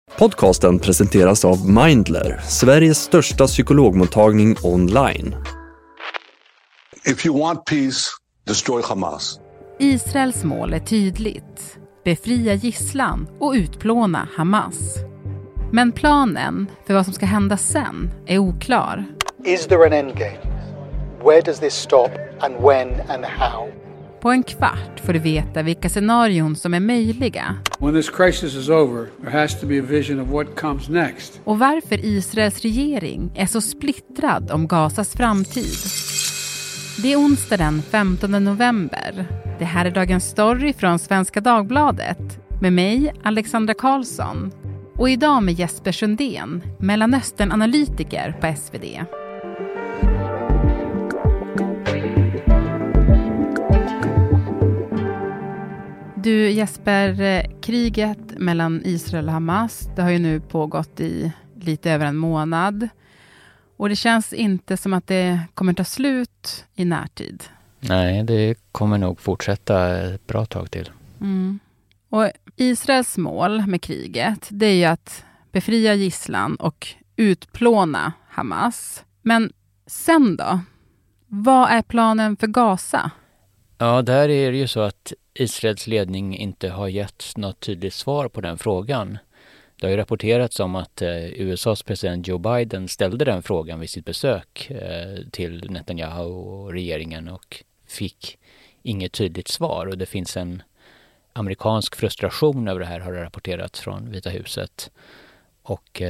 Podcasten presenteras av Mindler, Sveriges största psykologmottagning online. If you want peace, destroy Hamas. Israels mål är tydligt. Befria gisslan och utplåna Hamas. Men planen för vad som ska hända sen är oklar. Is there an endgame? Where does this stop and when and how? På en kvart får du veta vilka scenarion som är möjliga. When this crisis is over, there has to be a vision of what comes next. Och varför Israels regering är så splittrad om Gazas framtid. Det är onsdag den 15 november. Det här är dagens story från Svenska Dagbladet. Med mig, Alexandra Karlsson. Och idag med Jesper Sundén, Mellanöstern-analytiker på SvD. Du Jesper, kriget mellan Israel och Hamas, det har ju nu pågått i lite över en månad. Och det känns inte som att det kommer ta slut i närtid. Nej, det kommer nog fortsätta ett bra tag till. Mm. Och Israels mål med kriget, det är ju att befria gisslan och utplåna Hamas. Men sen då? Vad är planen för Gaza? Ja, där är det ju så att Israels ledning inte har gett något tydligt svar på den frågan. Det har ju rapporterats om att USAs president Joe Biden ställde den frågan vid sitt besök till Netanyahu och regeringen och fick inget tydligt svar. Och det finns en amerikansk frustration över det här, har det rapporterats från Vita huset. Och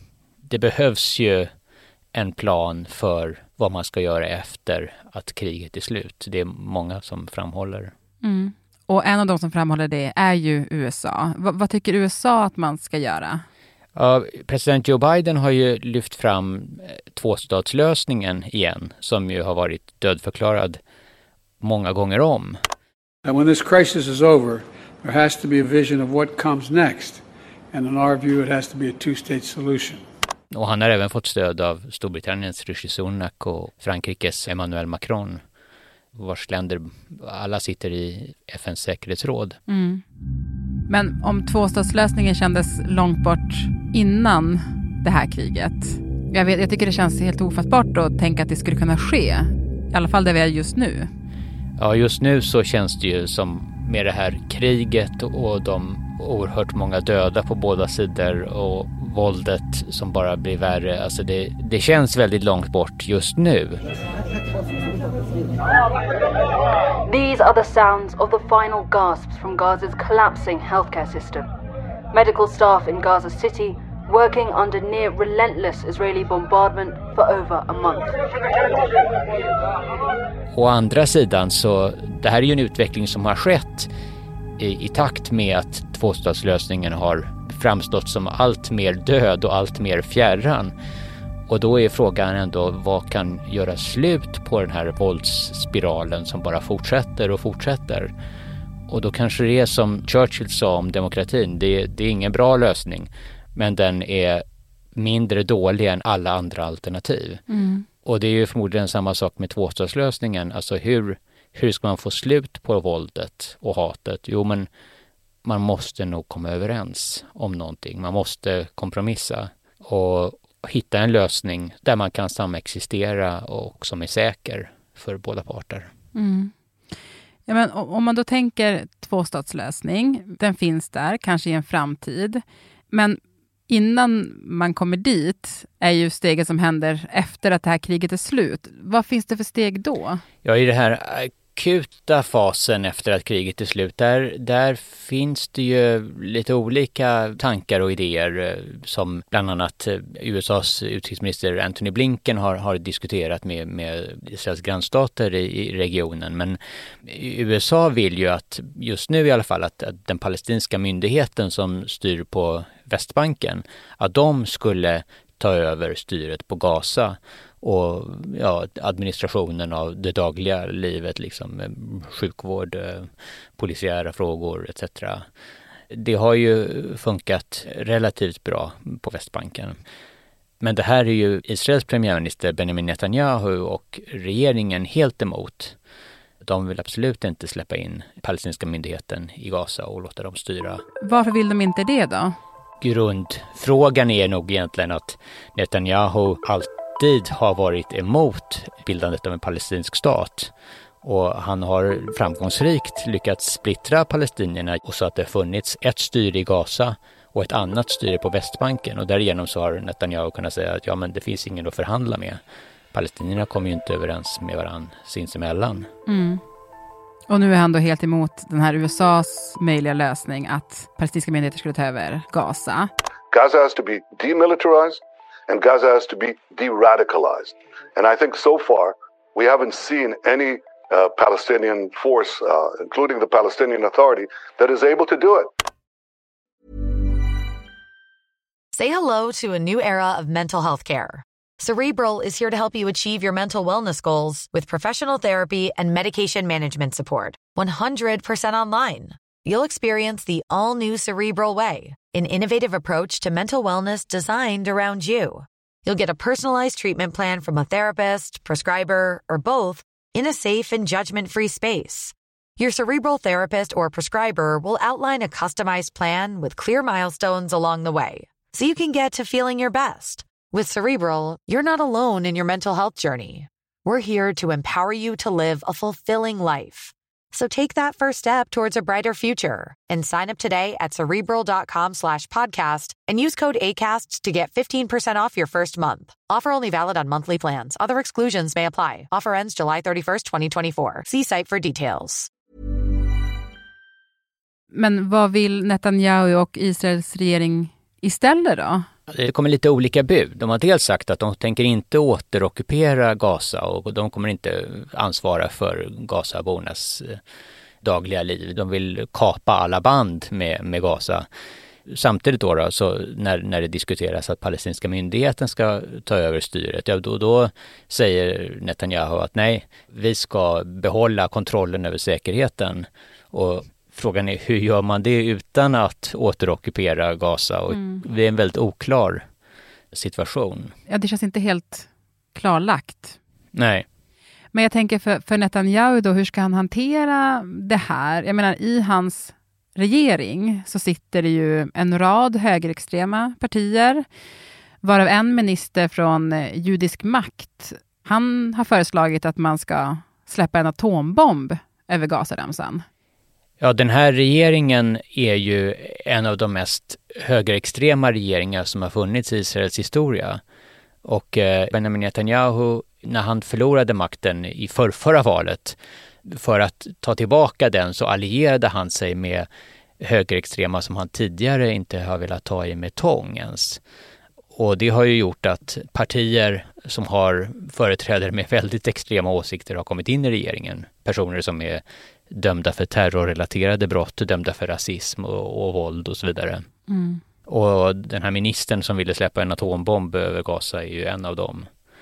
det behövs ju en plan för vad man ska göra efter att kriget är slut. Det är många som framhåller. Mm. Och en av de som framhåller det är ju USA. Vad tycker USA att man ska göra? Ja, president Joe Biden har ju lyft fram tvåstatslösningen igen, som ju har varit dödförklarad många gånger om. And when this crisis is over, there has to be a vision of what comes next. And in our view, it has to be a two-state solution. Och han har även fått stöd av Storbritanniens Rishi Sunak och Frankrikes Emmanuel Macron, vars länder alla sitter i FNs säkerhetsråd. Mm. Men om tvåstatslösningen kändes långt bort innan det här kriget. Jag tycker det känns helt ofattbart att tänka att det skulle kunna ske. I alla fall där vi är just nu. Ja, just nu så känns det ju som med det här kriget och de oerhört många döda på båda sidor och våldet som bara blir värre. Alltså det känns väldigt långt bort just nu. These are the sounds of the final gasps from Gaza's collapsing healthcare system. Medical staff in Gaza City working under near relentless Israeli bombardment for over a month. Å andra sidan så det här är ju en utveckling som har skett i takt med att tvåstatslösningen har framstått som allt mer död och allt mer fjärran. Och då är frågan ändå, vad kan göra slut på den här våldsspiralen som bara fortsätter och fortsätter? Och då kanske det är som Churchill sa om demokratin, det är ingen bra lösning, men den är mindre dålig än alla andra alternativ. Mm. Och det är ju förmodligen samma sak med tvåstatslösningen. Alltså hur ska man få slut på våldet och hatet? Jo, men man måste nog komma överens om någonting. Man måste kompromissa och hitta en lösning där man kan samexistera och som är säker för båda parter. Mm. Ja, men om man då tänker tvåstatslösning, den finns där, kanske i en framtid. Men innan man kommer dit är ju steget som händer efter att det här kriget är slut. Vad finns det för steg då? Ja, i det här akuta fasen efter att kriget är slut, där finns det ju lite olika tankar och idéer som bland annat USAs utrikesminister Antony Blinken har diskuterat med Israels grannstater i regionen. Men USA vill ju att just nu i alla fall att den palestinska myndigheten som styr på Västbanken, att de skulle ta över styret på Gaza och administrationen av det dagliga livet, liksom sjukvård, polisiära frågor etc. Det har ju funkat relativt bra på Västbanken. Men det här är ju Israels premiärminister Benjamin Netanyahu och regeringen helt emot. De vill absolut inte släppa in palestinska myndigheten i Gaza och låta dem styra. Varför vill de inte det då? grundfrågan är nog egentligen att Netanyahu alltid har varit emot bildandet av en palestinsk stat. Och han har framgångsrikt lyckats splittra palestinierna och så att det funnits ett styre i Gaza och ett annat styre på Västbanken. Och därigenom så har Netanyahu kunnat säga att ja, men det finns ingen att förhandla med. Palestinierna kommer ju inte överens med varandra sinsemellan. Mm. Och nu är han då helt emot den här USAs möjliga lösning att palestinska myndigheter skulle ta över Gaza. Gaza has to be demilitarized and Gaza has to be de-radicalized. And I think so far we haven't seen any Palestinian force, including the Palestinian Authority, that is able to do it. Say hello to a new era of mental health care. Cerebral is here to help you achieve your mental wellness goals with professional therapy and medication management support. 100% online. You'll experience the all-new Cerebral Way, an innovative approach to mental wellness designed around you. You'll get a personalized treatment plan from a therapist, prescriber, or both in a safe and judgment-free space. Your Cerebral therapist or prescriber will outline a customized plan with clear milestones along the way, so you can get to feeling your best. With Cerebral, you're not alone in your mental health journey. We're here to empower you to live a fulfilling life. So take that first step towards a brighter future and sign up today at Cerebral.com/podcast and use code ACAST to get 15% off your first month. Offer only valid on monthly plans. Other exclusions may apply. Offer ends July 31st, 2024. See site for details. Men vad vill Netanyahu och Israels regering istället då? Det kommer lite olika bud. De har dels sagt att de tänker inte återockupera Gaza och de kommer inte ansvara för Gazabornas dagliga liv. De vill kapa alla band med Gaza. Samtidigt då så när det diskuteras att palestinska myndigheten ska ta över styret, då säger Netanyahu att nej, vi ska behålla kontrollen över säkerheten. Och frågan är hur gör man det utan att återockupera Gaza? Och det är en väldigt oklar situation. Ja, det känns inte helt klarlagt. Nej. Men jag tänker för Netanyahu då, hur ska han hantera det här? Jag menar, i hans regering så sitter det ju en rad högerextrema partier, varav en minister från judisk makt. Han har föreslagit att man ska släppa en atombomb över Gazaremsan. Ja, den här regeringen är ju en av de mest högerextrema regeringar som har funnits i Israels historia. Och Benjamin Netanyahu, när han förlorade makten i förra valet, för att ta tillbaka den så allierade han sig med högerextrema som han tidigare inte har velat ta i med tång ens. Och det har ju gjort att partier som har företrädare med väldigt extrema åsikter har kommit in i regeringen. Personer som är dömda för terrorrelaterade brott, dömda för rasism och våld och så vidare. Mm. Och den här ministern som ville släppa en atombomb över Gaza är ju en av dem.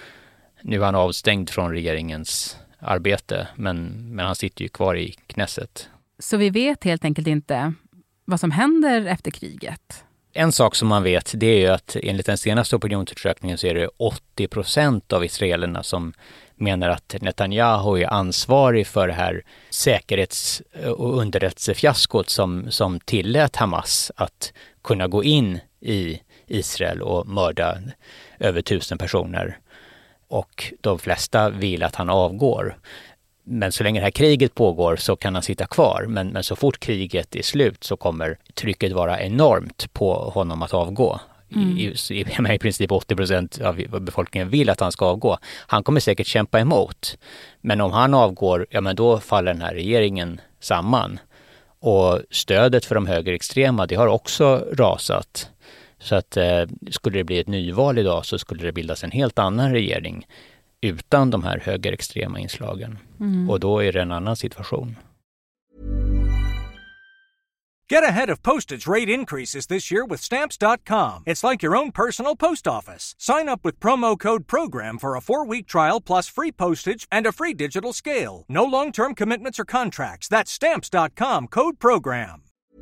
Nu är han avstängd från regeringens arbete, men han sitter ju kvar i Knesset. Så vi vet helt enkelt inte vad som händer efter kriget? En sak som man vet, det är ju att enligt den senaste opinionsundersökningen så är det 80% av israelerna som menar att Netanyahu är ansvarig för det här säkerhets- och underrättelsefiaskot som tillät Hamas att kunna gå in i Israel och mörda över 1000 personer. Och de flesta vill att han avgår. Men så länge det här kriget pågår så kan han sitta kvar. Men så fort kriget är slut så kommer trycket vara enormt på honom att avgå. I princip 80% av befolkningen vill att han ska avgå. Han kommer säkert kämpa emot. Men om han avgår, ja men då faller den här regeringen samman. Och stödet för de högerextrema, det har också rasat. Så att skulle det bli ett nyval idag så skulle det bildas en helt annan regering utan de här högerextrema inslagen. Och då är det en annan situation. Get ahead of postage rate increases this year with Stamps.com. It's like your own personal post office. Sign up with promo code PROGRAM for a 4-week trial plus free postage and a free digital scale. No long-term commitments or contracts. That's Stamps.com, code PROGRAM.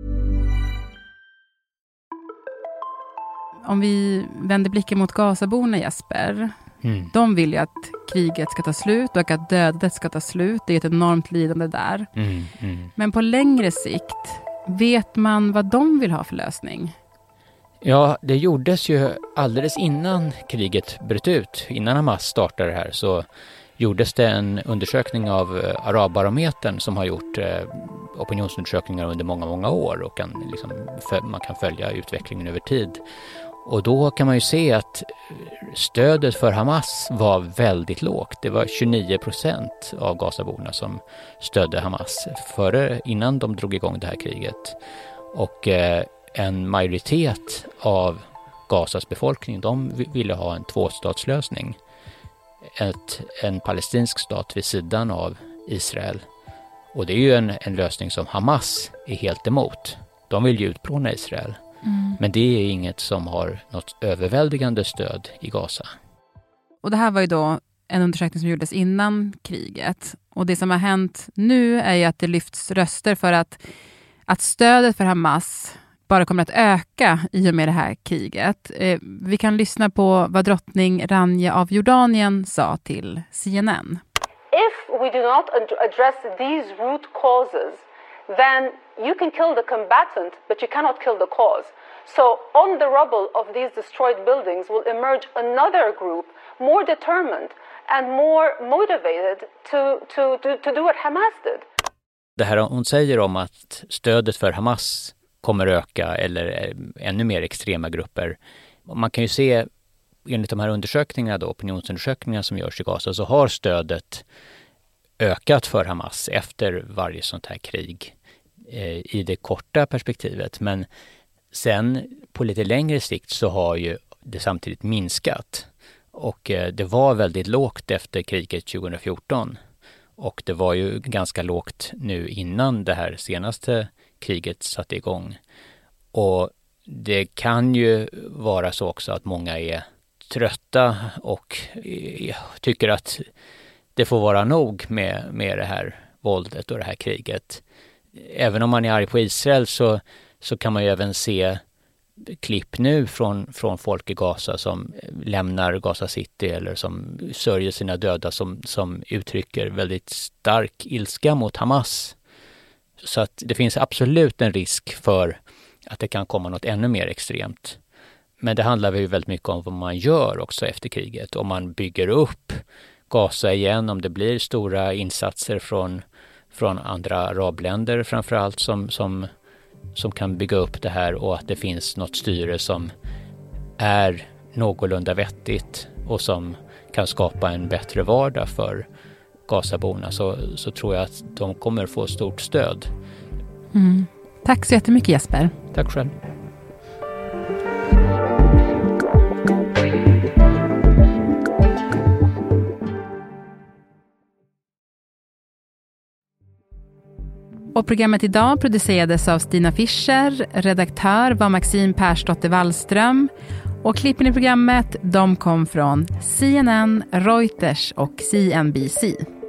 Om vi vänder blicken mot Gazaborna, Jesper. De vill ju att kriget ska ta slut och att dödet ska ta slut. Det är ett enormt lidande där. Men på längre sikt, vet man vad de vill ha för lösning? Ja, det gjordes ju alldeles innan kriget bröt ut, innan Hamas startade det här, så gjordes det en undersökning av Arabbarometern som har gjort opinionsundersökningar under många, många år och man kan följa utvecklingen över tid. Och då kan man ju se att stödet för Hamas var väldigt lågt. Det var 29% av Gazaborna som stödde Hamas innan de drog igång det här kriget. Och en majoritet av Gazas befolkning, de ville ha en tvåstatslösning. En palestinsk stat vid sidan av Israel. Och det är ju en lösning som Hamas är helt emot. De vill ju utplåna Israel. Men det är inget som har något överväldigande stöd i Gaza. Och det här var ju då en undersökning som gjordes innan kriget. Och det som har hänt nu är ju att det lyfts röster för att stödet för Hamas bara kommer att öka i och med det här kriget. Vi kan lyssna på vad drottning Rania av Jordanien sa till CNN. If we do not address these root causes, then you can kill the combatant, but you cannot kill the cause. So on the rubble of these destroyed buildings will emerge another group, more determined and more motivated to do what Hamas did. Det här hon säger om att stödet för Hamas kommer öka eller ännu mer extrema grupper. Man kan ju se enligt de här undersökningarna då, opinionsundersökningar som görs i Gaza, så har stödet ökat för Hamas efter varje sånt här krig i det korta perspektivet. Men sen på lite längre sikt så har ju det samtidigt minskat. Och det var väldigt lågt efter kriget 2014. Och det var ju ganska lågt nu innan det här senaste kriget satte igång. Och det kan ju vara så också att många är trötta och tycker att det får vara nog med det här våldet och det här kriget. Även om man är arg på Israel så kan man ju även se klipp nu från folk i Gaza som lämnar Gaza City eller som sörjer sina döda, som uttrycker väldigt stark ilska mot Hamas. Så att det finns absolut en risk för att det kan komma något ännu mer extremt. Men det handlar ju väldigt mycket om vad man gör också efter kriget. Om man bygger upp Gaza igen, om det blir stora insatser från andra arabländer framförallt som kan bygga upp det här, och att det finns något styre som är någorlunda vettigt och som kan skapa en bättre vardag för Gazaborna, så tror jag att de kommer få stort stöd. Tack så jättemycket, Jesper. Tack själv. Och programmet idag producerades av Stina Fischer, redaktör var Maxine Persdotter Wallström, och klippen i programmet de kom från CNN, Reuters och CNBC.